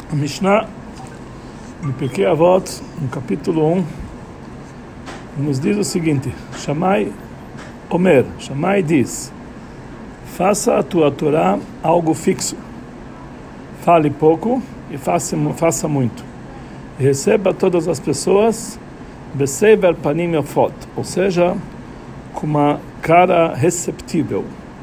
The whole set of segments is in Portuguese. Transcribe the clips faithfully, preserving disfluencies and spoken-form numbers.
A Mishnah, no Pirkei Avot, no capítulo um, nos diz o seguinte: Shammai Omer, Shammai diz: faça a tua Torá algo fixo, fale pouco e faça, faça muito, e receba todas as pessoas besever panim yafot, ou seja, com uma cara receptível.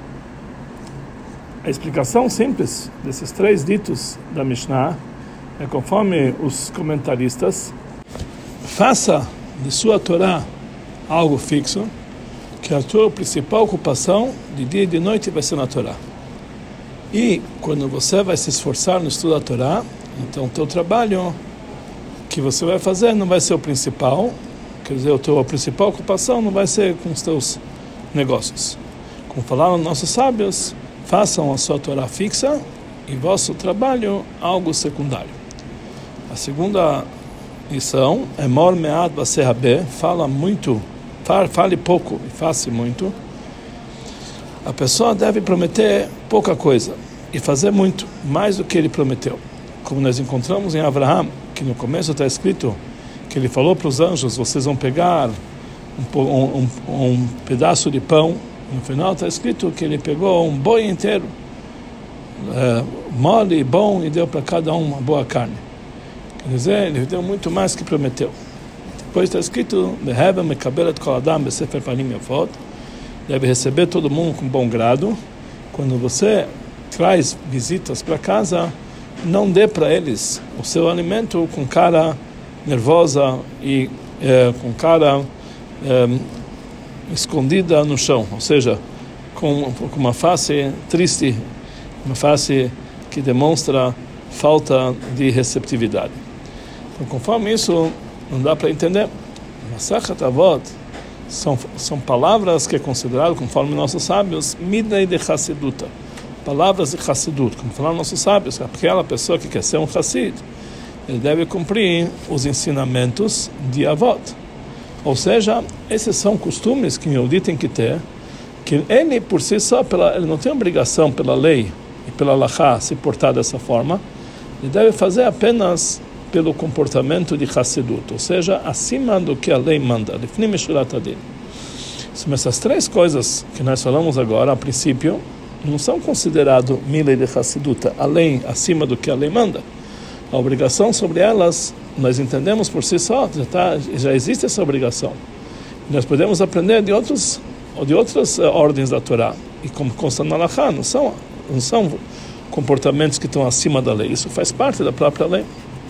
A explicação simples desses três ditos da Mishnah é conforme os comentaristas: faça de sua Torá algo fixo, que a tua principal ocupação de dia e de noite vai ser na Torá. E quando você vai se esforçar no estudo da Torá, então o teu trabalho que você vai fazer não vai ser o principal, quer dizer, a tua principal ocupação não vai ser com os teus negócios. Como falaram nossos sábios, façam a sua Torá fixa e vosso trabalho algo secundário. A segunda lição é mor me'at v'aseh habe, fala muito, fale pouco e faça muito. A pessoa deve prometer pouca coisa e fazer muito, mais do que ele prometeu. Como nós encontramos em Abraham, que no começo está escrito que ele falou para os anjos: vocês vão pegar um, um, um, um pedaço de pão. No final está escrito que ele pegou um boi inteiro, é, mole e bom, e deu para cada um uma boa carne. Quer dizer, ele deu muito mais que prometeu. Depois está escrito: deve receber todo mundo com bom grado. Quando você traz visitas para casa, não dê para eles o seu alimento com cara nervosa e é, com cara é, escondida no chão, ou seja, com, com uma face triste, uma face que demonstra falta de receptividade. Então, conforme isso, não dá para entender. Masachat Avot são, são palavras que é considerado, conforme nossos sábios, midei de Hassiduta, palavras de Hassidut, como falaram nossos sábios, aquela pessoa que quer ser um Hassid, ele deve cumprir os ensinamentos de Avot. Ou seja, esses são costumes que o Yehudi tem que ter, que ele por si só, pela, ele não tem obrigação pela lei e pela Halachá se portar dessa forma, ele deve fazer apenas pelo comportamento de Hassidut, ou seja, acima do que a lei manda. São essas três coisas que nós falamos agora, a princípio, não são consideradas milei de Hassidut, além, acima do que a lei manda. A obrigação sobre elas, nós entendemos por si só, já, tá, já existe essa obrigação. Nós podemos aprender de outros, de outras uh, ordens da Torá, e como consta na Halachá, não são, não são comportamentos que estão acima da lei, isso faz parte da própria lei.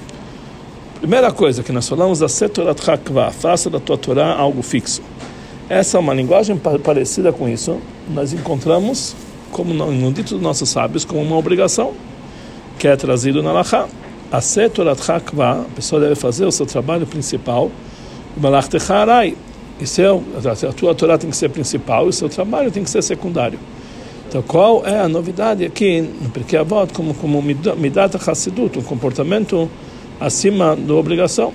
Primeira coisa que nós falamos, a Setorat Hakva, faça da tua Torá algo fixo. Essa é uma linguagem parecida com isso, nós encontramos, como no, no dito dos nossos sábios, como uma obrigação, que é trazido na Halachá. A Setorat Hakva, a pessoa deve fazer o seu trabalho principal, o Malach Techarai, e seu, a tua Torá tem que ser principal e o seu trabalho tem que ser secundário. Então, qual é a novidade aqui no Pirkei Avot, como, como Midat HaSidut, um comportamento acima da obrigação?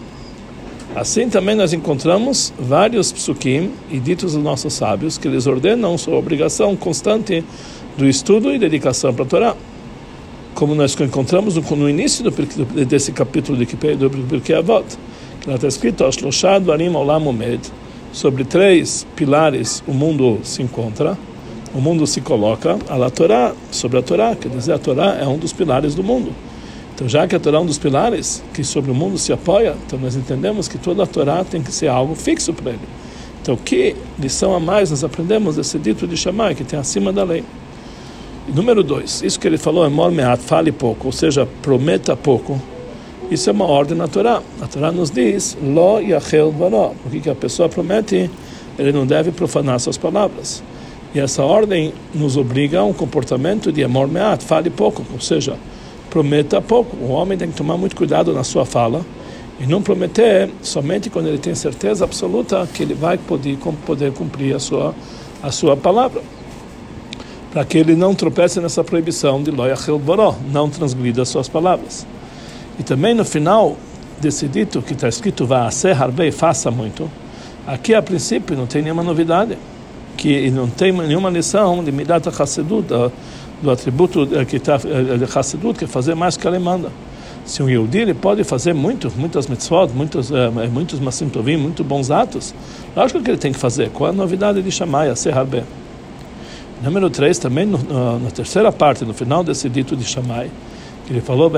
Assim também nós encontramos vários psukim e ditos dos nossos sábios que eles ordenam sua obrigação constante do estudo e dedicação para a Torá. Como nós encontramos no, no início do, desse capítulo de do Pirkei Avot, que lá está escrito: Ashloshad Dvarim Olam Omed, sobre três pilares o mundo se encontra, o mundo se coloca, a Torá, sobre a Torá, quer dizer, a Torá é um dos pilares do mundo. Então, já que a Torá é um dos pilares que sobre o mundo se apoia, então nós entendemos que toda a Torá tem que ser algo fixo para ele. Então, que lição a mais nós aprendemos desse dito de Shammai, que tem acima da lei? E número dois, isso que ele falou é mor me'at, fale pouco, ou seja, prometa pouco. Isso é uma ordem na Torá. A Torá nos diz: lo yachel varo, o que a pessoa promete, ele não deve profanar suas palavras. E essa ordem nos obriga a um comportamento de mor me'at, fale pouco, ou seja, prometa pouco. O homem tem que tomar muito cuidado na sua fala e não prometer somente quando ele tem certeza absoluta que ele vai poder, poder cumprir a sua, a sua palavra, para que ele não tropece nessa proibição de lo yachel varo, não transgrida as suas palavras. E também no final desse dito que está escrito va'aseh harbe, faça muito, aqui a princípio não tem nenhuma novidade, que não tem nenhuma lição de Midat HaChassidut, do atributo que está de Hassidut, que é fazer mais que a lei manda. Se um Yehudi ele pode fazer muito, muitas mitzvot, muitos, é, muitos masim tovim, muitos bons atos, lógico que ele tem que fazer. Qual é a novidade de Shammai, a ser Harbe? Número três, também no, no, na terceira parte, no final desse dito de Shammai, que ele falou, que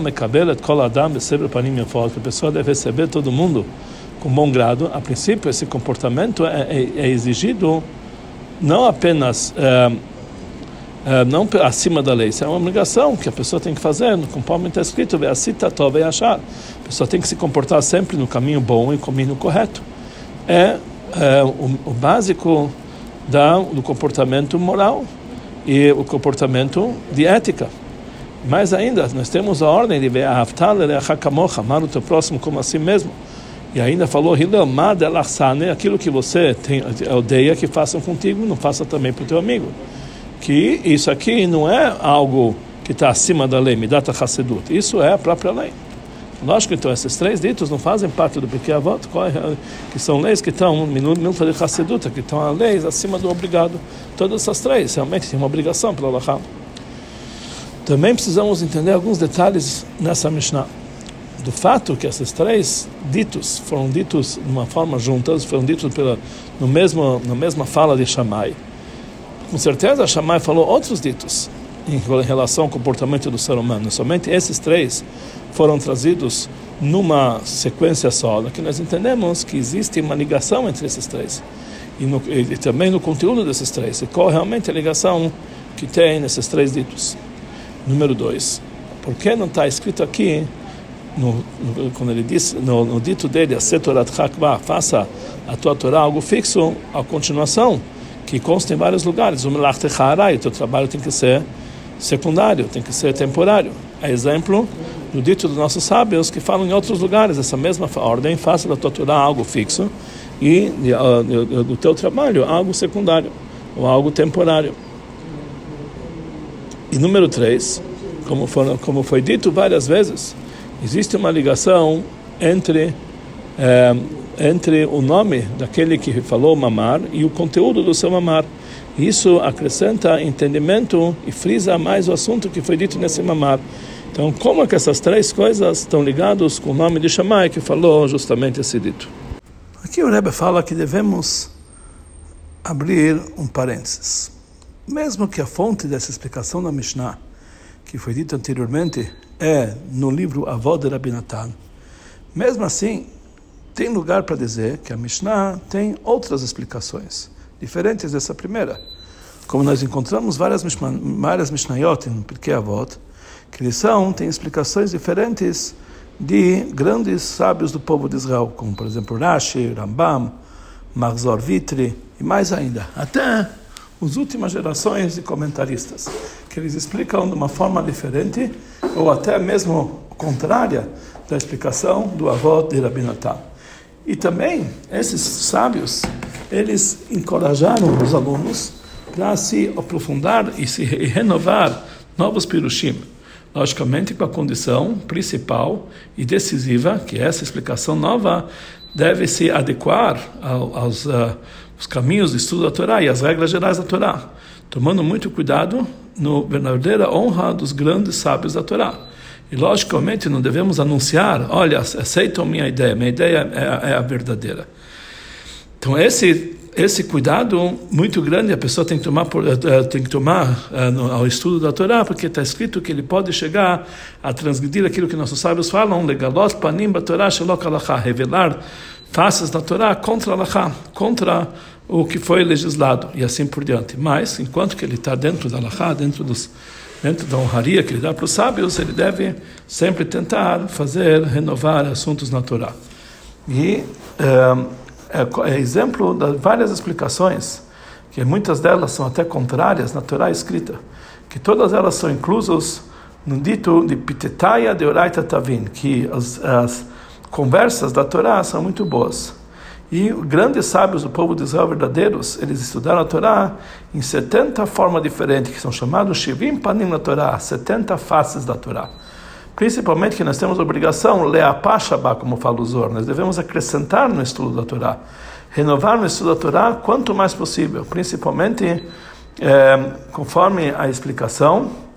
a pessoa deve receber todo mundo com bom grado. A princípio, esse comportamento é, é, é exigido não apenas é, é, não acima da lei, isso é uma obrigação que a pessoa tem que fazer, conforme está escrito, a pessoa tem que se comportar sempre no caminho bom e no caminho correto. É, é o, o básico da, do comportamento moral e o comportamento de ética. Mais ainda, nós temos a ordem de ver amar o teu próximo como assim mesmo. E ainda falou, aquilo que você tem, odeia que façam contigo, não faça também para o teu amigo. Que isso aqui não é algo que está acima da lei, Midat HaChassidut. Isso é a própria lei. Lógico, então, esses três ditos não fazem parte do Pirkei Avot, que são leis que estão, Milta de Chassidut, que estão as leis acima do obrigado. Todas essas três, realmente, tem uma obrigação pela Halachá. Também precisamos entender alguns detalhes nessa Mishnah. Do fato que esses três ditos foram ditos de uma forma juntas, foram ditos pela, no mesmo, na mesma fala de Shammai. Com certeza, Shammai falou outros ditos em relação ao comportamento do ser humano. Somente esses três foram trazidos numa sequência só, que nós entendemos que existe uma ligação entre esses três. E, no, e também no conteúdo desses três. E qual realmente a ligação que tem nesses três ditos? Número dois. Por que não está escrito aqui, no, no, quando ele diz, no, no dito dele, faça a tua Torá algo fixo, a continuação, que consta em vários lugares. O teu trabalho tem que ser secundário, tem que ser temporário. É exemplo do dito dos nossos sábios que falam em outros lugares, essa mesma ordem, faça da tua Torá algo fixo e uh, do teu trabalho algo secundário, ou algo temporário. E número três, como, foram, como foi dito várias vezes, existe uma ligação entre, eh, entre o nome daquele que falou mamar e o conteúdo do seu mamar. Isso acrescenta entendimento e frisa mais o assunto que foi dito nesse mamar. Então, como é que essas três coisas estão ligadas com o nome de Shammai que falou justamente esse dito? Aqui o Rebbe fala que devemos abrir um parênteses. Mesmo que a fonte dessa explicação da Mishnah, que foi dita anteriormente, é no livro Avot de Rabbi Natan, mesmo assim, tem lugar para dizer que a Mishnah tem outras explicações, diferentes dessa primeira. Como nós encontramos várias, várias Mishnayot no Pirkei Avot, que eles são, têm explicações diferentes de grandes sábios do povo de Israel, como por exemplo Rashi, Rambam, Marzor Vitri e mais ainda, até as últimas gerações de comentaristas, que eles explicam de uma forma diferente, ou até mesmo contrária da explicação do Avot de Rabbi Natan. E também, esses sábios, eles encorajaram os alunos para se aprofundar e se renovar novos pirushim, logicamente com a condição principal e decisiva, que essa explicação nova deve se adequar aos... Uh, os caminhos de estudo da Torá e as regras gerais da Torá, tomando muito cuidado no verdadeira honra dos grandes sábios da Torá. E, logicamente, não devemos anunciar, olha, aceitam minha ideia, minha ideia é, é a verdadeira. Então, esse, esse cuidado muito grande a pessoa tem que tomar, por, tem que tomar uh, no, ao estudo da Torá, porque está escrito que ele pode chegar a transgredir aquilo que nossos sábios falam, legalot panim batorá shelok halachá, revelar faces da Torá contra a Halachá, contra o que foi legislado, e assim por diante. Mas, enquanto que ele está dentro da Halachá, dentro, dos, dentro da honraria que ele dá para os sábios, ele deve sempre tentar fazer, renovar assuntos na Torá. E é, é, é exemplo de várias explicações, que muitas delas são até contrárias na Torá escrita, que todas elas são inclusas no dito de Pitetaya de Oraita Tavin, que as, as conversas da Torá são muito boas. E grandes sábios do povo de Israel verdadeiros, eles estudaram a Torá em setenta formas diferentes, que são chamados Shivim Panim na Torá, setenta faces da Torá. Principalmente que nós temos a obrigação, Leapá Shabá, como fala o Zohar, nós devemos acrescentar no estudo da Torá, renovar no estudo da Torá quanto mais possível, principalmente é, conforme a explicação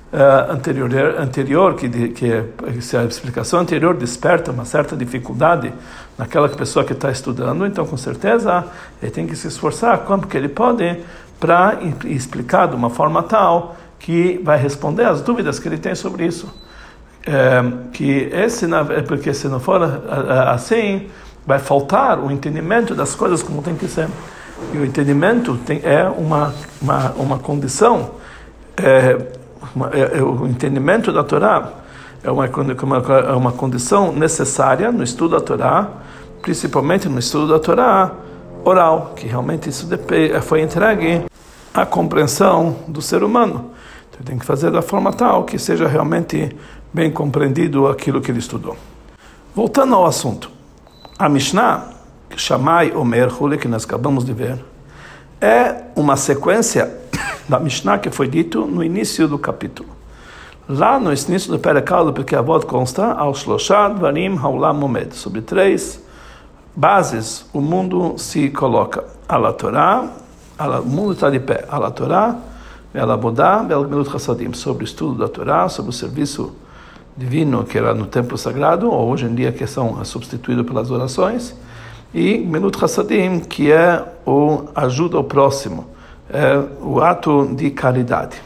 uh, anterior, anterior que, que, que se a explicação anterior desperta uma certa dificuldade naquela pessoa que está estudando, então com certeza ele tem que se esforçar quanto que ele pode para explicar de uma forma tal que vai responder às dúvidas que ele tem sobre isso. É, que esse, é porque se não for assim, vai faltar o entendimento das coisas como tem que ser. E o entendimento tem, é uma, uma, uma condição, é, uma, é, o entendimento da Torá é uma, uma, é uma condição necessária no estudo da Torá, principalmente no estudo da Torá oral, que realmente isso foi entregue à compreensão do ser humano. Então tem que fazer da forma tal que seja realmente bem compreendido aquilo que ele estudou. Voltando ao assunto, a Mishnah, Shammai Omer Hule, que nós acabamos de ver, é uma sequência da Mishnah que foi dito no início do capítulo. Lá no início do Perekal, porque a voz consta ao Shloshad Varim Haolam Omed, sobre três bases o mundo se coloca. Ala Torá, o mundo está de pé. Ala Torá, Ala Bodá, Ala Gemilut Chassadim, sobre o estudo da Torá, sobre o serviço divino que era no templo sagrado, ou hoje em dia que são substituídos pelas orações, e Gemilut Chassadim, que é o ajuda ao próximo, é o ato de caridade.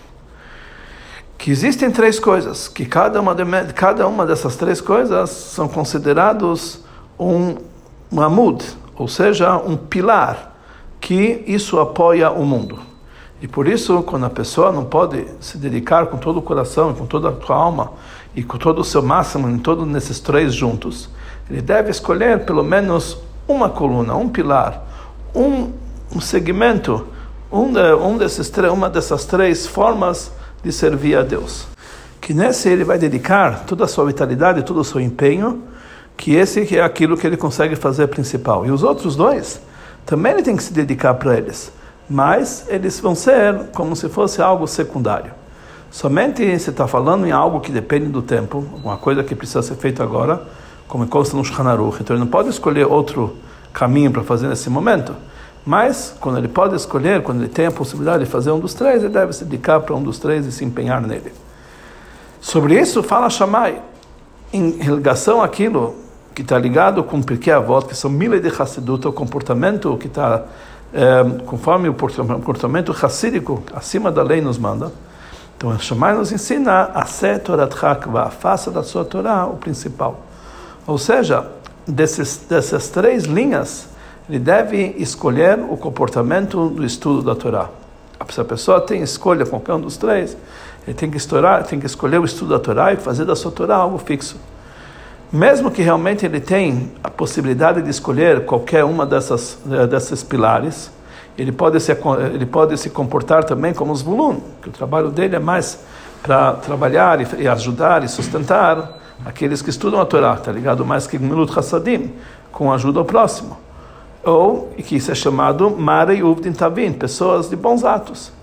Que existem três coisas, que cada uma, de, cada uma dessas três coisas são considerados um, um amud, ou seja, um pilar, que isso apoia o mundo. E por isso, quando a pessoa não pode se dedicar com todo o coração, com toda a sua alma, e com todo o seu máximo em todos nesses três juntos, ele deve escolher pelo menos uma coluna, um pilar, um, um segmento, um, de, um desses, uma dessas três formas de servir a Deus. Que nesse ele vai dedicar toda a sua vitalidade, todo o seu empenho, que esse é aquilo que ele consegue fazer principal. E os outros dois, também ele tem que se dedicar para eles, mas eles vão ser como se fosse algo secundário. Somente se está falando em algo que depende do tempo, uma coisa que precisa ser feita agora, como consta no Shulchan Aruch, então ele não pode escolher outro caminho para fazer nesse momento, mas quando ele pode escolher, quando ele tem a possibilidade de fazer um dos três, ele deve se dedicar para um dos três e se empenhar nele. Sobre isso fala Shammai, em ligação àquilo que está ligado com Pirkei Avot, que são milei de Hassidut, o comportamento que está é, conforme o comportamento hassídico acima da lei nos manda. Então, o Shammai nos ensina a ser Toratcha Kva, faça da sua Torá o principal. Ou seja, desses, dessas três linhas, ele deve escolher o comportamento do estudo da Torá. Se a pessoa tem escolha qualquer um dos três, ele tem que, estourar, tem que escolher o estudo da Torá e fazer da sua Torá algo fixo. Mesmo que realmente ele tenha a possibilidade de escolher qualquer uma dessas, desses pilares, ele pode, se, ele pode se comportar também como os Zvulun, que o trabalho dele é mais para trabalhar e, e ajudar e sustentar aqueles que estudam a Torá, tá ligado? Mais que Gemilut Chassadim, com ajuda ao próximo. Ou, que isso é chamado Marei Uvdin Tavin, pessoas de bons atos.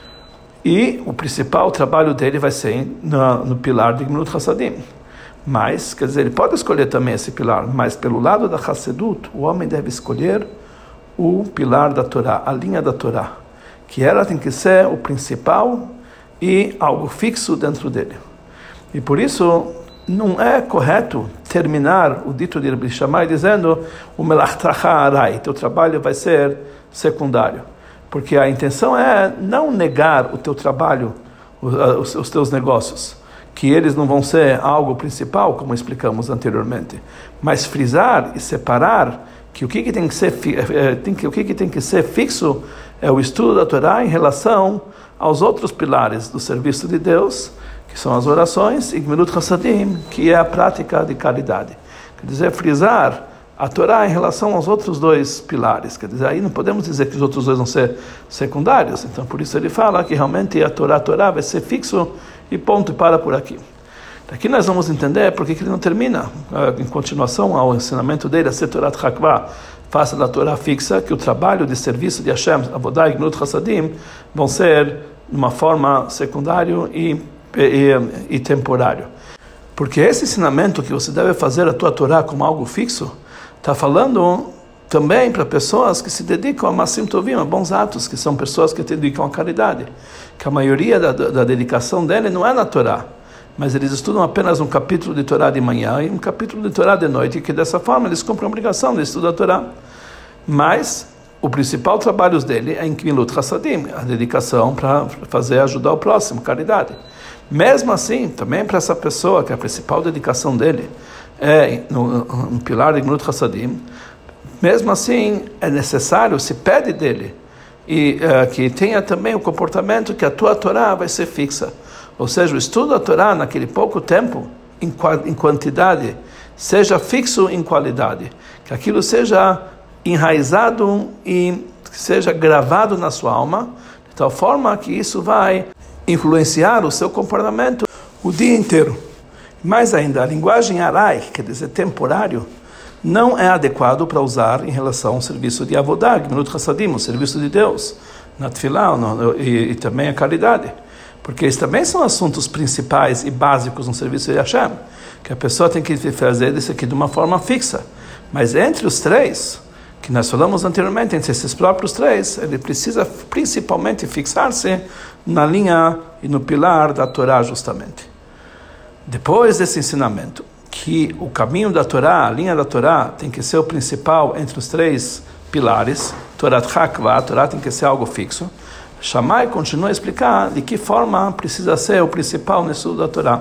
E o principal trabalho dele vai ser no, no pilar de Gemilut Chassadim. Mas, quer dizer, ele pode escolher também esse pilar, mas pelo lado da Hassedut, o homem deve escolher o pilar da Torá, a linha da Torá, que ela tem que ser o principal e algo fixo dentro dele. E por isso, não é correto terminar o dito de Rabbi Shammai dizendo o melachtracha arai, teu trabalho vai ser secundário. Porque a intenção é não negar o teu trabalho, os, os teus negócios, que eles não vão ser algo principal, como explicamos anteriormente, mas frisar e separar que o que, que tem que ser tem que, o que, que tem que ser fixo é o estudo da Torá em relação aos outros pilares do serviço de Deus, que são as orações, e Gemilut Chassadim, que é a prática de caridade. Quer dizer, frisar a Torá em relação aos outros dois pilares. Quer dizer, aí não podemos dizer que os outros dois vão ser secundários. Então, por isso ele fala que realmente a Torá, a Torá vai ser fixo e ponto, e para por aqui. Daqui nós vamos entender por que ele não termina, em continuação ao ensinamento dele, a ser Torah Tchakva, faça da Torá fixa, que o trabalho de serviço de Hashem, Avodah e Gemilut Chassadim, vão ser de uma forma secundário e, e, e temporário. Porque esse ensinamento que você deve fazer a tua Torá como algo fixo, está falando também para pessoas que se dedicam a Masim Tovim, a bons atos, que são pessoas que se dedicam à caridade, que a maioria da, da dedicação dele não é na Torá, mas eles estudam apenas um capítulo de Torá de manhã e um capítulo de Torá de noite, e que dessa forma eles cumprem a obrigação de estudar a Torá. Mas o principal trabalho dele é em Gmilut Chassadim, a dedicação para fazer ajudar o próximo, caridade. Mesmo assim, também para essa pessoa, que a principal dedicação dele é no, no pilar de Gmilut Chassadim, mesmo assim é necessário, se pede dele, e uh, que tenha também o comportamento que a tua Torá vai ser fixa. Ou seja, o estudo da Torá naquele pouco tempo, em, em quantidade, seja fixo em qualidade, que aquilo seja enraizado e seja gravado na sua alma, de tal forma que isso vai influenciar o seu comportamento o dia inteiro. Mais ainda, a linguagem arai, quer dizer temporário, não é adequado para usar em relação ao serviço de Avodah, Gmilut Chassadim, o serviço de Deus, na Tefilá e, e também a caridade. Porque esses também são assuntos principais e básicos no serviço de Hashem, que a pessoa tem que fazer isso aqui de uma forma fixa. Mas entre os três, que nós falamos anteriormente, entre esses próprios três, ele precisa principalmente fixar-se na linha e no pilar da Torá, justamente. Depois desse ensinamento, que o caminho da Torá, a linha da Torá, tem que ser o principal entre os três pilares, Torá Tchakva, a Torá tem que ser algo fixo. Shammai continua a explicar de que forma precisa ser o principal no estudo da Torá.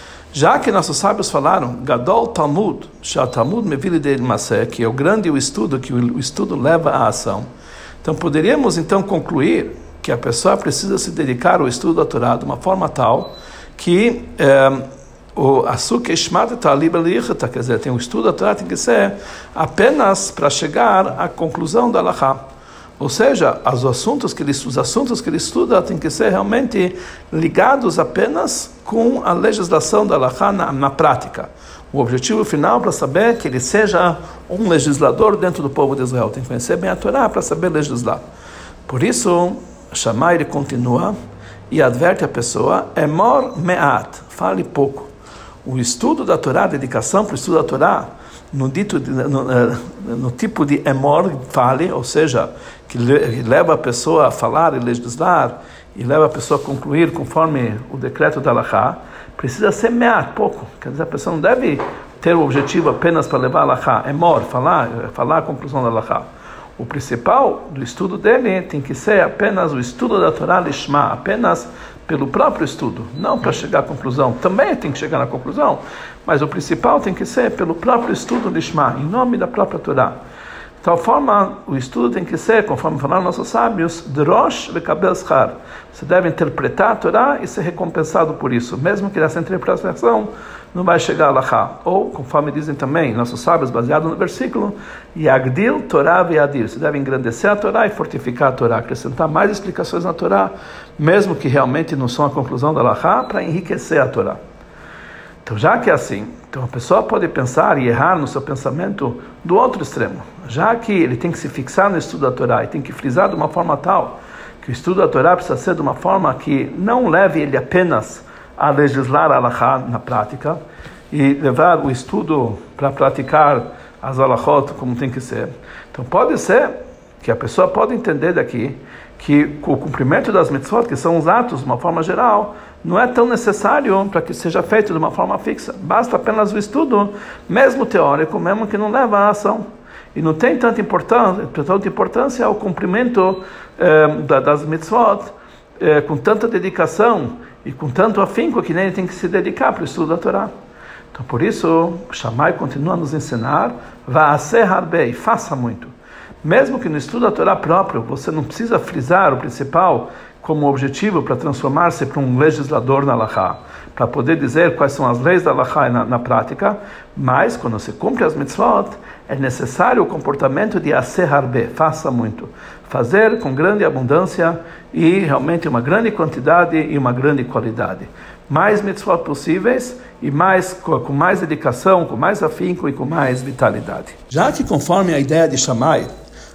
Já que nossos sábios falaram, Gadol Talmud, Shah Talmud Mevili de Masé, que é o grande o estudo, que o estudo leva à ação. Então poderíamos então concluir que a pessoa precisa se dedicar ao estudo da Torá de uma forma tal que eh, o Asuk Ishmat Talib Alichata, quer dizer, tem o estudo da Torá, tem que ser apenas para chegar à conclusão da Halachá. Ou seja, os assuntos que ele, os assuntos que ele estuda têm que ser realmente ligados apenas com a legislação da Halachá na, na prática. O objetivo final para saber que ele seja um legislador dentro do povo de Israel. Tem que conhecer bem a Torá para saber legislar. Por isso, Shammai ele continua e adverte a pessoa, Emor me'at, fale pouco. O estudo da Torá, a dedicação para o estudo da Torá, no, dito, no, no tipo de emor, fale, ou seja, que leva a pessoa a falar e legislar, e leva a pessoa a concluir conforme o decreto da Halachá, precisa ser meat, pouco. Quer dizer, a pessoa não deve ter o objetivo apenas para levar a Halachá, emor, falar, falar a conclusão da Halachá. O principal do estudo dele tem que ser apenas o estudo da Torá Lishma, apenas pelo próprio estudo, não para chegar à conclusão. Também tem que chegar na conclusão, mas o principal tem que ser pelo próprio estudo Lishma, em nome da própria Torá. De tal forma, o estudo tem que ser, conforme falaram nossos sábios, Drosh vekabel schar. Você deve interpretar a Torá e ser recompensado por isso, mesmo que essa interpretação não vai chegar a Halachá. Ou, conforme dizem também nossos sábios, baseado no versículo, Yagdil Torá ve'adir. Você deve engrandecer a Torá e fortificar a Torá, acrescentar mais explicações na Torá, mesmo que realmente não são a conclusão da Halachá, para enriquecer a Torá. Então, já que é assim, então a pessoa pode pensar e errar no seu pensamento do outro extremo. Já que ele tem que se fixar no estudo da Torá e tem que frisar de uma forma tal que o estudo da Torá precisa ser de uma forma que não leve ele apenas a legislar a Halachá na prática e levar o estudo para praticar as Halachot como tem que ser. Então pode ser que a pessoa pode entender daqui que o cumprimento das mitzvot, que são os atos de uma forma geral, não é tão necessário para que seja feito de uma forma fixa. Basta apenas o estudo, mesmo teórico, mesmo que não leva à ação. E não tem tanta importância, tanta importância ao cumprimento eh, das mitzvot eh, com tanta dedicação e com tanto afinco que nem ele tem que se dedicar para o estudo da Torá. Então, por isso, Shammai continua a nos ensinar, va'aseh harbei, faça muito. Mesmo que no estudo da Torá próprio, você não precisa frisar o principal como objetivo para transformar-se para um legislador na Halachá, para poder dizer quais são as leis da Halachá na, na prática, mas quando se cumpre as mitzvot, é necessário o comportamento de aseh harbei, faça muito. Fazer com grande abundância e realmente uma grande quantidade e uma grande qualidade. Mais mitzvot possíveis e mais, com mais dedicação, com mais afinco e com mais vitalidade. Já que conforme a ideia de Shammai,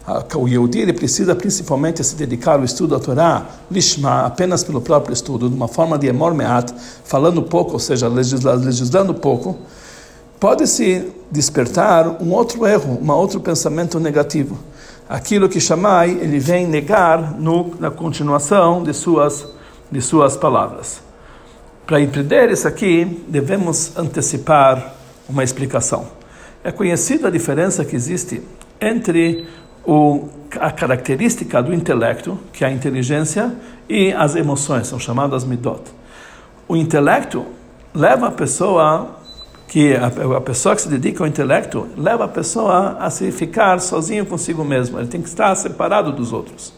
o Yehudi ele precisa principalmente se dedicar ao estudo da Torá, Lishma, apenas pelo próprio estudo, de uma forma de emor meat, falando pouco, ou seja, legislando pouco. pode-se despertar um outro erro, um outro pensamento negativo. Aquilo que Shammai, ele vem negar no, na continuação de suas, de suas palavras. Para entender isso aqui, devemos antecipar uma explicação. É conhecida a diferença que existe entre o, a característica do intelecto, que é a inteligência, e as emoções, são chamadas midot. O intelecto leva a pessoa, que a, a pessoa que se dedica ao intelecto, leva a pessoa a se ficar sozinho consigo mesmo. Ele tem que estar separado dos outros.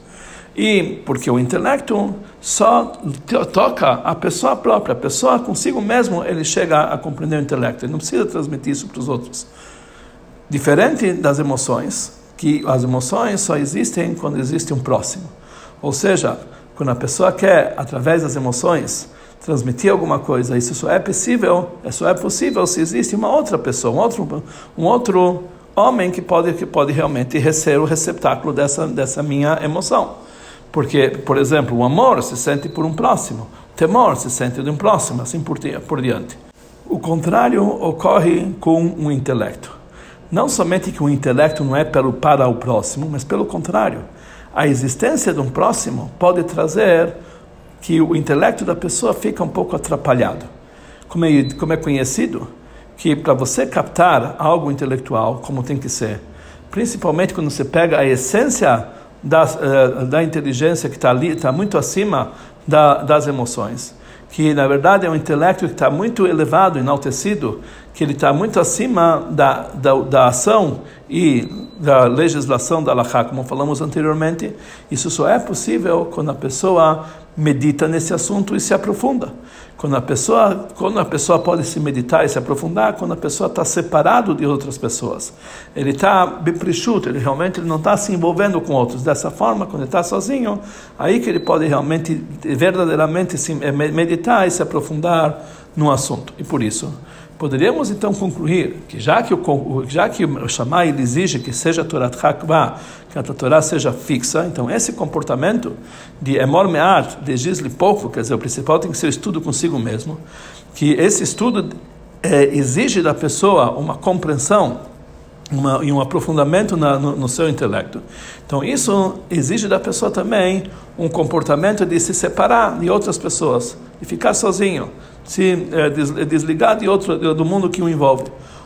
E porque o intelecto só toca a pessoa própria, a pessoa consigo mesmo, ele chega a compreender o intelecto. Ele não precisa transmitir isso para os outros. Diferente das emoções, que as emoções só existem quando existe um próximo. Ou seja, quando a pessoa quer, através das emoções, transmitir alguma coisa, isso só é possível, só é possível se existe uma outra pessoa, um outro, um outro homem que pode, que pode realmente ser o receptáculo dessa, dessa minha emoção. Porque, por exemplo, o amor se sente por um próximo, o temor se sente de um próximo, assim por, por diante. O contrário ocorre com o intelecto. Não somente que o intelecto não é pelo, para o próximo, mas pelo contrário. A existência de um próximo pode trazer que o intelecto da pessoa fica um pouco atrapalhado. Como é, como é conhecido, que para você captar algo intelectual, como tem que ser, principalmente quando você pega a essência da, uh, da inteligência que está ali, está muito acima da, das emoções, que na verdade é um intelecto que está muito elevado, enaltecido, que ele está muito acima da, da, da ação e da legislação da Halakha, como falamos anteriormente. Isso só é possível quando a pessoa medita nesse assunto e se aprofunda. Quando a pessoa, quando a pessoa pode se meditar e se aprofundar, quando a pessoa está separado de outras pessoas. Ele está beprishut, ele realmente não está se envolvendo com outros. Dessa forma, quando ele está sozinho, aí que ele pode realmente, verdadeiramente se meditar e se aprofundar no assunto. E por isso, poderíamos então concluir que já que o, já que o Shammai exige que seja Torat Hakva, que a Torá seja fixa, então esse comportamento de Emor Me'at, de Gizli pouco, quer dizer, o principal tem que ser o estudo consigo mesmo, que esse estudo é, exige da pessoa uma compreensão uma, e um aprofundamento na, no, no seu intelecto. Então isso exige da pessoa também um comportamento de se separar de outras pessoas, de ficar sozinho, se é, desligar de outro, do mundo que o envolve.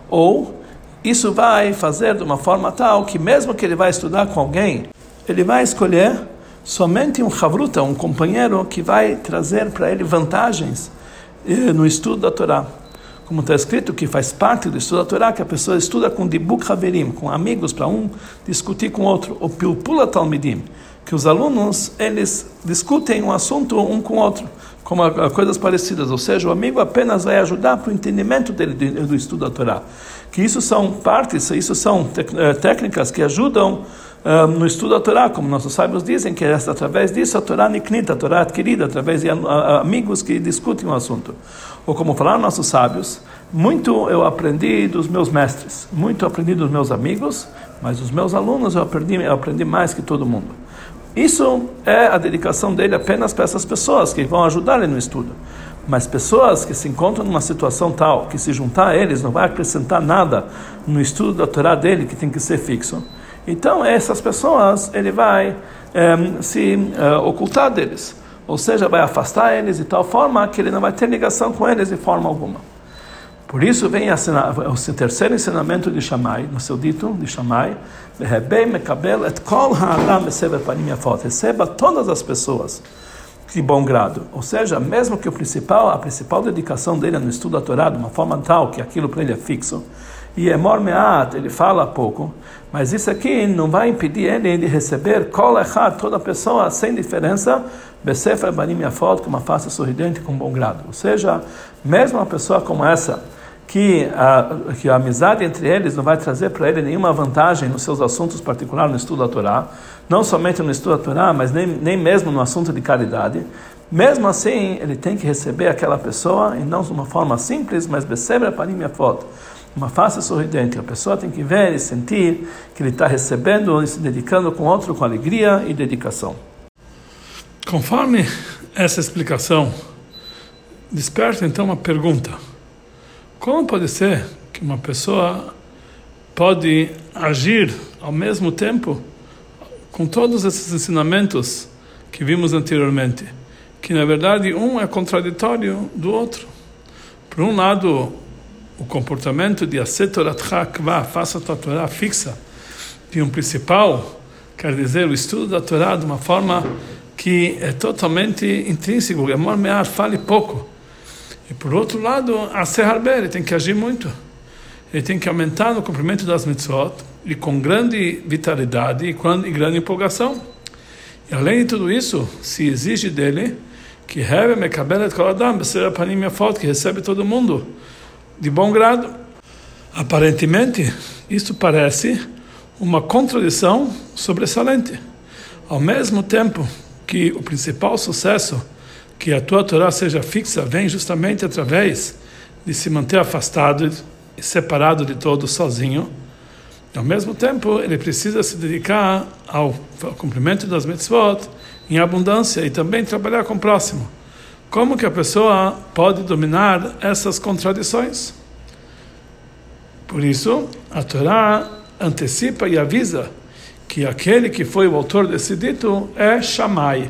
Ou isso vai fazer de uma forma tal que mesmo que ele vai estudar com alguém, ele vai escolher somente um chavruta, um companheiro que vai trazer para ele vantagens eh, no estudo da Torá. Como está escrito que faz parte do estudo da Torá, que a pessoa estuda com dibuk haverim, com amigos, para um discutir com o outro. O pilpula talmidim, que os alunos, eles discutem um assunto um com o outro, como a, a coisas parecidas. Ou seja, o amigo apenas vai ajudar para o entendimento dele do, do estudo da Torá. Que isso são partes, isso são tec, técnicas que ajudam uh, no estudo da Torá, como nossos sábios dizem, que é através disso a Torá niknita, a Torá adquirida, através de a, a, amigos que discutem o assunto. Ou como falaram nossos sábios, muito eu aprendi dos meus mestres, muito eu aprendi dos meus amigos, mas dos meus alunos eu aprendi, eu aprendi mais que todo mundo. Isso é a dedicação dele apenas para essas pessoas que vão ajudar ele no estudo. Mas pessoas que se encontram numa situação tal, que se juntar a eles não vai acrescentar nada no estudo da Torá dele, que tem que ser fixo. Então, essas pessoas, ele vai é, se é, ocultar deles. Ou seja, vai afastar eles de tal forma que ele não vai ter ligação com eles de forma alguma. Por isso vem o terceiro ensinamento de Shammai, no seu dito de Shammai, receba todas as pessoas de bom grado. Ou seja, mesmo que o principal, a principal dedicação dele é no estudo da Torá, de uma forma tal que aquilo para ele é fixo, e Emor Me'at, ele fala pouco, mas isso aqui não vai impedir ele de receber kol echad, toda pessoa, sem diferença, besefer banim yafot, com uma face sorridente com bom grado. Ou seja, mesmo uma pessoa como essa, que a, que a amizade entre eles não vai trazer para ele nenhuma vantagem nos seus assuntos particulares no estudo da Torá, não somente no estudo da Torá, mas nem, nem mesmo no assunto de caridade. Mesmo assim, ele tem que receber aquela pessoa, e não de uma forma simples, mas besefer banim yafot, uma face sorridente. A pessoa tem que ver e sentir que ele está recebendo e se dedicando com outro com alegria e dedicação. Conforme essa explicação, desperta então uma pergunta. Como pode ser que uma pessoa pode agir ao mesmo tempo com todos esses ensinamentos que vimos anteriormente, que na verdade um é contraditório do outro. Por um lado, o comportamento de Aseh Toratcha Kva, faça a tua Torá fixa, de um principal, quer dizer, o estudo da Torá de uma forma que é totalmente intrínseco, Gemor Me'ar, fale pouco. E por outro lado, Aseh Harbe, ele tem que agir muito. Ele tem que aumentar no cumprimento das mitzvot, e com grande vitalidade e com grande empolgação. E além de tudo isso, se exige dele que Heve Mekabelet Kol Adam B'Seir Panim Yafot, que recebe todo mundo de bom grado. Aparentemente, isso parece uma contradição sobressalente. Ao mesmo tempo que o principal sucesso, que a tua Torá seja fixa, vem justamente através de se manter afastado e separado de todos, sozinho, ao mesmo tempo ele precisa se dedicar ao, ao cumprimento das mitzvot em abundância e também trabalhar com o próximo. Como que a pessoa pode dominar essas contradições? Por isso, a Torá antecipa e avisa que aquele que foi o autor desse dito é Shammai.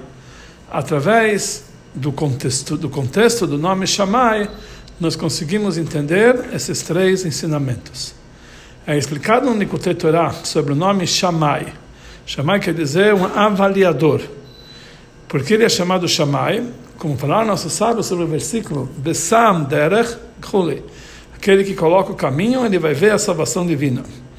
Através do contexto, do contexto do nome Shammai, nós conseguimos entender esses três ensinamentos. É explicado no Likutei Torá sobre o nome Shammai. Shammai quer dizer um avaliador. Por que ele é chamado Shammai? Como falaram nossos sábios sobre o versículo Besam derech chuli. Aquele que coloca o caminho, ele vai ver a salvação divina.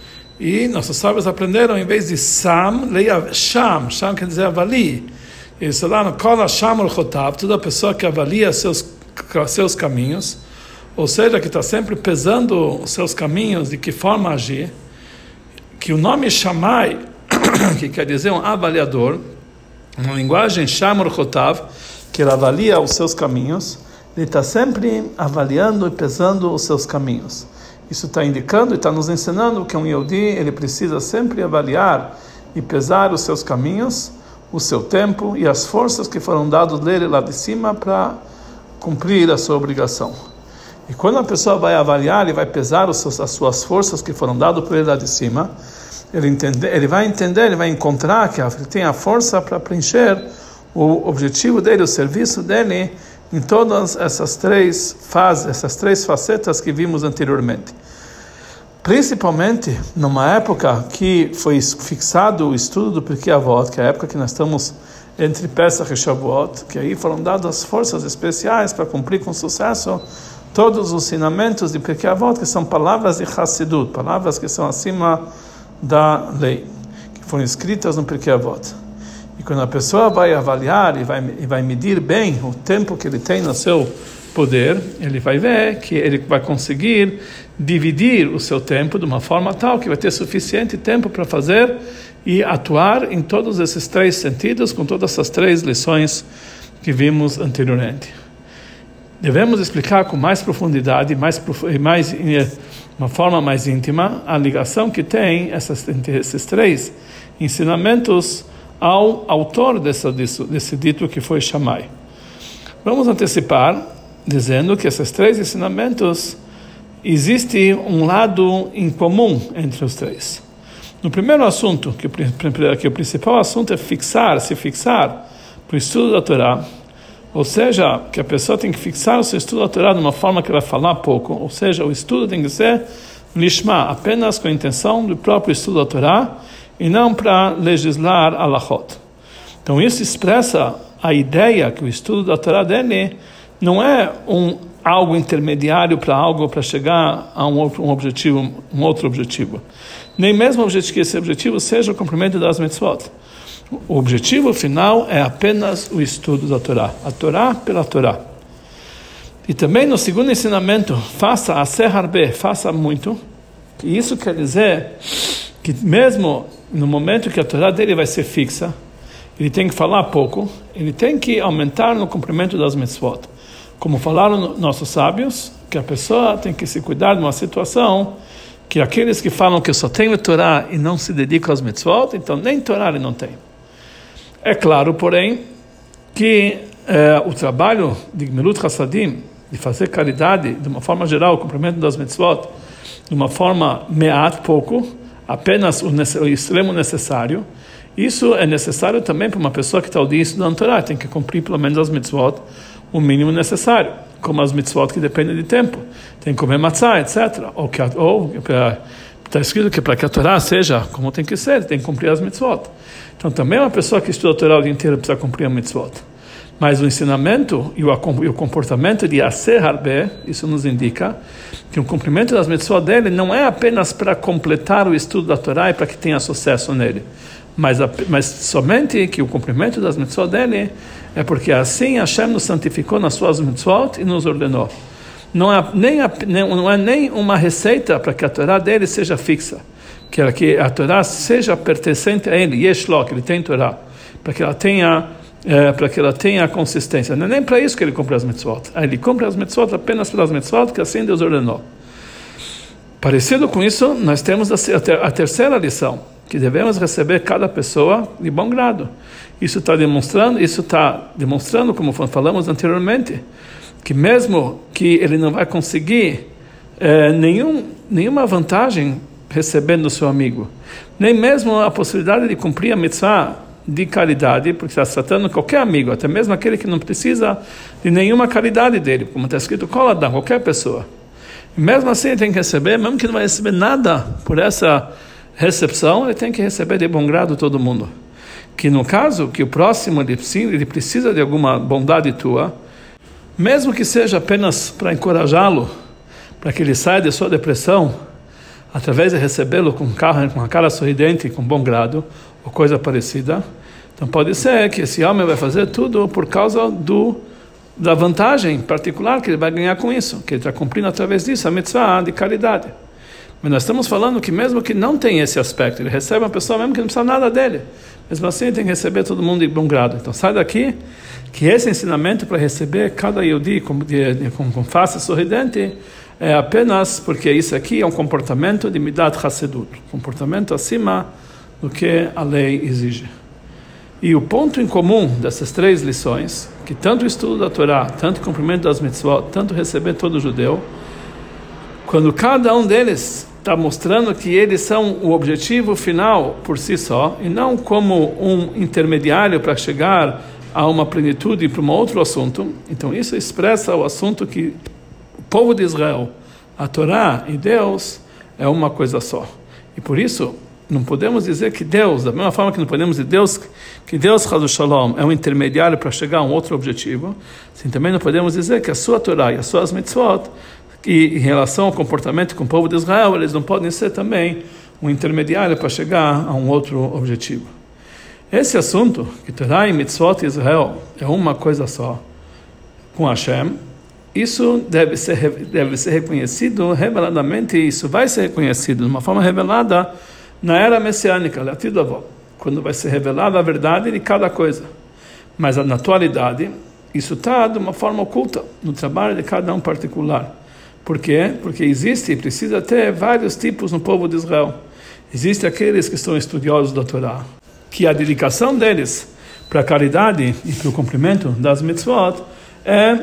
E nossos sábios aprenderam, em vez de Sam, leia Sham. Sham quer dizer avali. Eles falaram, Kol Sham Orchotav, toda pessoa que avalia seus, seus caminhos, ou seja, que está sempre pesando os seus caminhos, de que forma agir, que o nome Shammai, que quer dizer um avaliador, uma linguagem Sham Orchotav, que ele avalia os seus caminhos, ele está sempre avaliando e pesando os seus caminhos. Isso está indicando e está nos ensinando que um Yehudi, ele precisa sempre avaliar e pesar os seus caminhos, o seu tempo e as forças que foram dadas dele lá de cima para cumprir a sua obrigação. E quando a pessoa vai avaliar e vai pesar os seus, as suas forças que foram dadas por ele lá de cima, ele, entende, ele vai entender, ele vai encontrar que ele tem a força para preencher o objetivo dele, o serviço dele, em todas essas três fases, essas três facetas que vimos anteriormente. Principalmente numa época que foi fixado o estudo do Pirkei Avot, que é a época que nós estamos entre Pesach e Shavuot, que aí foram dadas forças especiais para cumprir com sucesso todos os ensinamentos de Pirkei Avot, que são palavras de Hassidut, palavras que são acima da lei, que foram escritas no Pirkei Avot. E quando a pessoa vai avaliar e vai, e vai medir bem o tempo que ele tem no seu poder, ele vai ver que ele vai conseguir dividir o seu tempo de uma forma tal que vai ter suficiente tempo para fazer e atuar em todos esses três sentidos, com todas essas três lições que vimos anteriormente. Devemos explicar com mais profundidade, mais, mais uma forma mais íntima, a ligação que tem essas, entre esses três ensinamentos ao autor dessa, desse, desse dito que foi Shammai. Vamos antecipar, dizendo que esses três ensinamentos, existe um lado em comum entre os três. No primeiro assunto, que o, que o principal assunto é fixar, se fixar para o estudo da Torá, ou seja, que a pessoa tem que fixar o seu estudo da Torá de uma forma que vai falar pouco, ou seja, o estudo tem que ser lishma, apenas com a intenção do próprio estudo da Torá, e não para legislar alachot. Então isso expressa a ideia que o estudo da Torá dele não é um algo intermediário para algo para chegar a um outro um objetivo, um outro objetivo. Nem mesmo o objetivo que esse objetivo seja o cumprimento das mitzvot. O objetivo final é apenas o estudo da Torá, a Torá pela Torá. E também no segundo ensinamento, faça Aseh Harbe, faça muito. E isso quer dizer que mesmo no momento que a Torá dele vai ser fixa, ele tem que falar pouco, ele tem que aumentar no cumprimento das mitzvot. Como falaram nossos sábios, que a pessoa tem que se cuidar de uma situação que aqueles que falam que só tem a Torá e não se dedicam às mitzvot, então nem Torá ele não tem. É claro, porém, que eh, o trabalho de Gemilut Hassadim, de fazer caridade, de uma forma geral, o cumprimento das mitzvot, de uma forma meat, pouco, apenas o, o extremo necessário. Isso é necessário também para uma pessoa que está ao dia estudando Torá, tem que cumprir pelo menos as mitzvot, o mínimo necessário, como as mitzvot que dependem de tempo, tem que comer matzah, etcétera. Ou, que, ou está escrito que para que a Torá seja como tem que ser, tem que cumprir as mitzvot. Então também uma pessoa que estuda a Torá o dia inteiro precisa cumprir a mitzvot. Mas o ensinamento e o, e o comportamento de Aser Harbe, isso nos indica que o cumprimento das mitzvot dele não é apenas para completar o estudo da Torá e para que tenha sucesso nele, mas, mas somente que o cumprimento das mitzvot dele é porque assim Hashem nos santificou nas suas mitzvot e nos ordenou. Não é nem, não é nem uma receita para que a Torá dele seja fixa, que, que a Torá seja pertencente a ele, Yeshlo, que ele tem Torá, para que ela tenha É, para que ela tenha consistência. Não é nem para isso que ele cumpre as mitzvot. Ele cumpre as mitzvot apenas pelas mitzvot que assim Deus ordenou. Parecido com isso, nós temos a, ter, a terceira lição, que devemos receber cada pessoa de bom grado. Isso está demonstrando, isso está demonstrando, como falamos anteriormente, que mesmo que ele não vai conseguir é, nenhum, nenhuma vantagem recebendo o seu amigo, nem mesmo a possibilidade de cumprir a mitzvah de caridade, porque está tratando qualquer amigo, até mesmo aquele que não precisa de nenhuma caridade dele, como está escrito, Koladam, qualquer pessoa. E mesmo assim ele tem que receber, mesmo que não vai receber nada por essa recepção, ele tem que receber de bom grado todo mundo. Que no caso, que o próximo ele precisa, ele precisa de alguma bondade tua, mesmo que seja apenas para encorajá-lo, para que ele saia de sua depressão, através de recebê-lo com, com a cara sorridente, com bom grado, ou coisa parecida. Então pode ser que esse homem vai fazer tudo por causa do, da vantagem particular que ele vai ganhar com isso, que ele está cumprindo através disso a mitzvah de caridade. Mas nós estamos falando que mesmo que não tem esse aspecto, ele recebe uma pessoa mesmo que não precisa nada dele, mesmo assim ele tem que receber todo mundo de bom grado. Então sai daqui que esse ensinamento para receber cada Yehudi com, com, com face sorridente é apenas porque isso aqui é um comportamento de Midat Chassedut, comportamento acima do que a lei exige. E o ponto em comum dessas três lições, que tanto o estudo da Torá, tanto o cumprimento das mitzvot, tanto receber todo judeu, quando cada um deles está mostrando que eles são o objetivo final por si só, e não como um intermediário para chegar a uma plenitude para um outro assunto, então isso expressa o assunto que o povo de Israel, a Torá e Deus é uma coisa só. E por isso não podemos dizer que Deus, da mesma forma que não podemos dizer Deus, que Deus, Chaz Shalom, é um intermediário para chegar a um outro objetivo, assim também não podemos dizer que a sua Torá e as suas mitzvot, e em relação ao comportamento com o povo de Israel, eles não podem ser também um intermediário para chegar a um outro objetivo. Esse assunto, que Torá e mitzvot de Israel é uma coisa só, com Hashem, isso deve ser, deve ser reconhecido reveladamente, isso vai ser reconhecido de uma forma revelada na era messiânica, quando vai ser revelada a verdade de cada coisa. Mas na atualidade, isso está de uma forma oculta, no trabalho de cada um particular. Por quê? Porque existe e precisa ter vários tipos no povo de Israel. Existem aqueles que são estudiosos da Torá, que a dedicação deles para a caridade e para o cumprimento das mitzvot é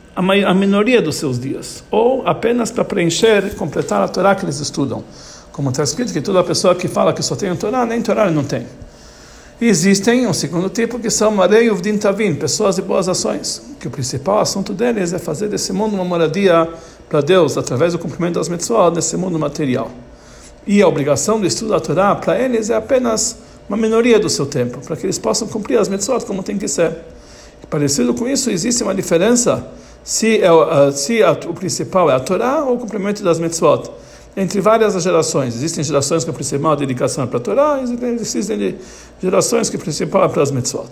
a minoria dos seus dias, ou apenas para preencher e completar a Torá que eles estudam. Como está escrito que toda pessoa que fala que só tem a Torá, nem Torá ele não tem. E existem um segundo tipo que são Marei Uvdin Tavim, pessoas de boas ações, que o principal assunto deles é fazer desse mundo uma moradia para Deus, através do cumprimento das mitzvot, nesse mundo material. E a obrigação do estudo da Torá para eles é apenas uma minoria do seu tempo, para que eles possam cumprir as mitzvot como tem que ser. E parecido com isso, existe uma diferença se, é, se a, o principal é a Torá ou o cumprimento das mitzvot. Entre várias gerações, existem gerações que a principal dedicação é para a Torá, e existem gerações que a principal é para as mitzvot.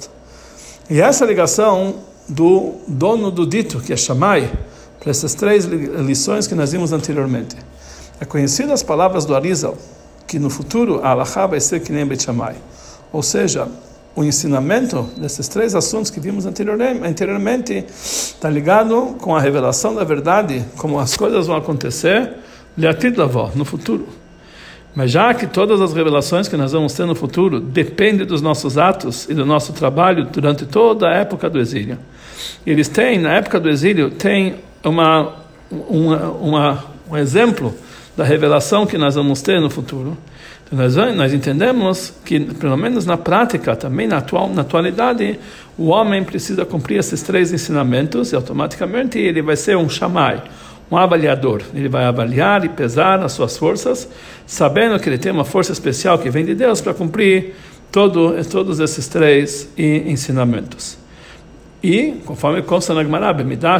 E essa ligação do dono do dito, que é Shammai, para essas três lições que nós vimos anteriormente. É conhecida as palavras do Arizal, que no futuro a Halachá vai ser que nem Bet Shammai. Ou seja, o ensinamento desses três assuntos que vimos anteriormente está ligado com a revelação da verdade, como as coisas vão acontecer, Leatid Lavó, no futuro. Mas já que todas as revelações que nós vamos ter no futuro dependem dos nossos atos e do nosso trabalho durante toda a época do exílio. Eles têm, na época do exílio, tem uma, uma, uma um exemplo da revelação que nós vamos ter no futuro. Então nós, nós entendemos que, pelo menos na prática, também na, atual, na atualidade, o homem precisa cumprir esses três ensinamentos e automaticamente ele vai ser um shamai, um avaliador. Ele vai avaliar e pesar as suas forças, sabendo que ele tem uma força especial que vem de Deus para cumprir todo, todos esses três ensinamentos. E, conforme consta na Gemara,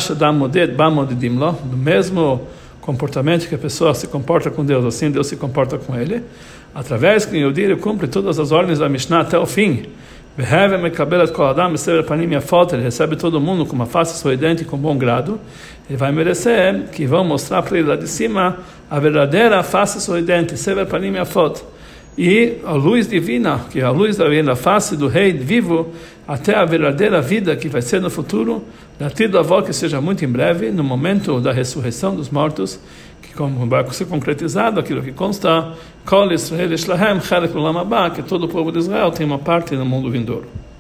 do mesmo comportamento que a pessoa se comporta com Deus, assim Deus se comporta com ele, através que o Yehudi cumpre todas as ordens da Mishnah até o fim. Ele recebe todo mundo com uma face sorridente e com bom grado. Ele vai merecer que vão mostrar para ele lá de cima a verdadeira face sorridente, Sever Panim Yafot. E a luz divina, que é a luz da face do rei vivo, até a verdadeira vida que vai ser no futuro, da tido avó que seja muito em breve, no momento da ressurreição dos mortos, que como vai ser concretizado aquilo que consta, que todo o povo de Israel tem uma parte no mundo vindouro.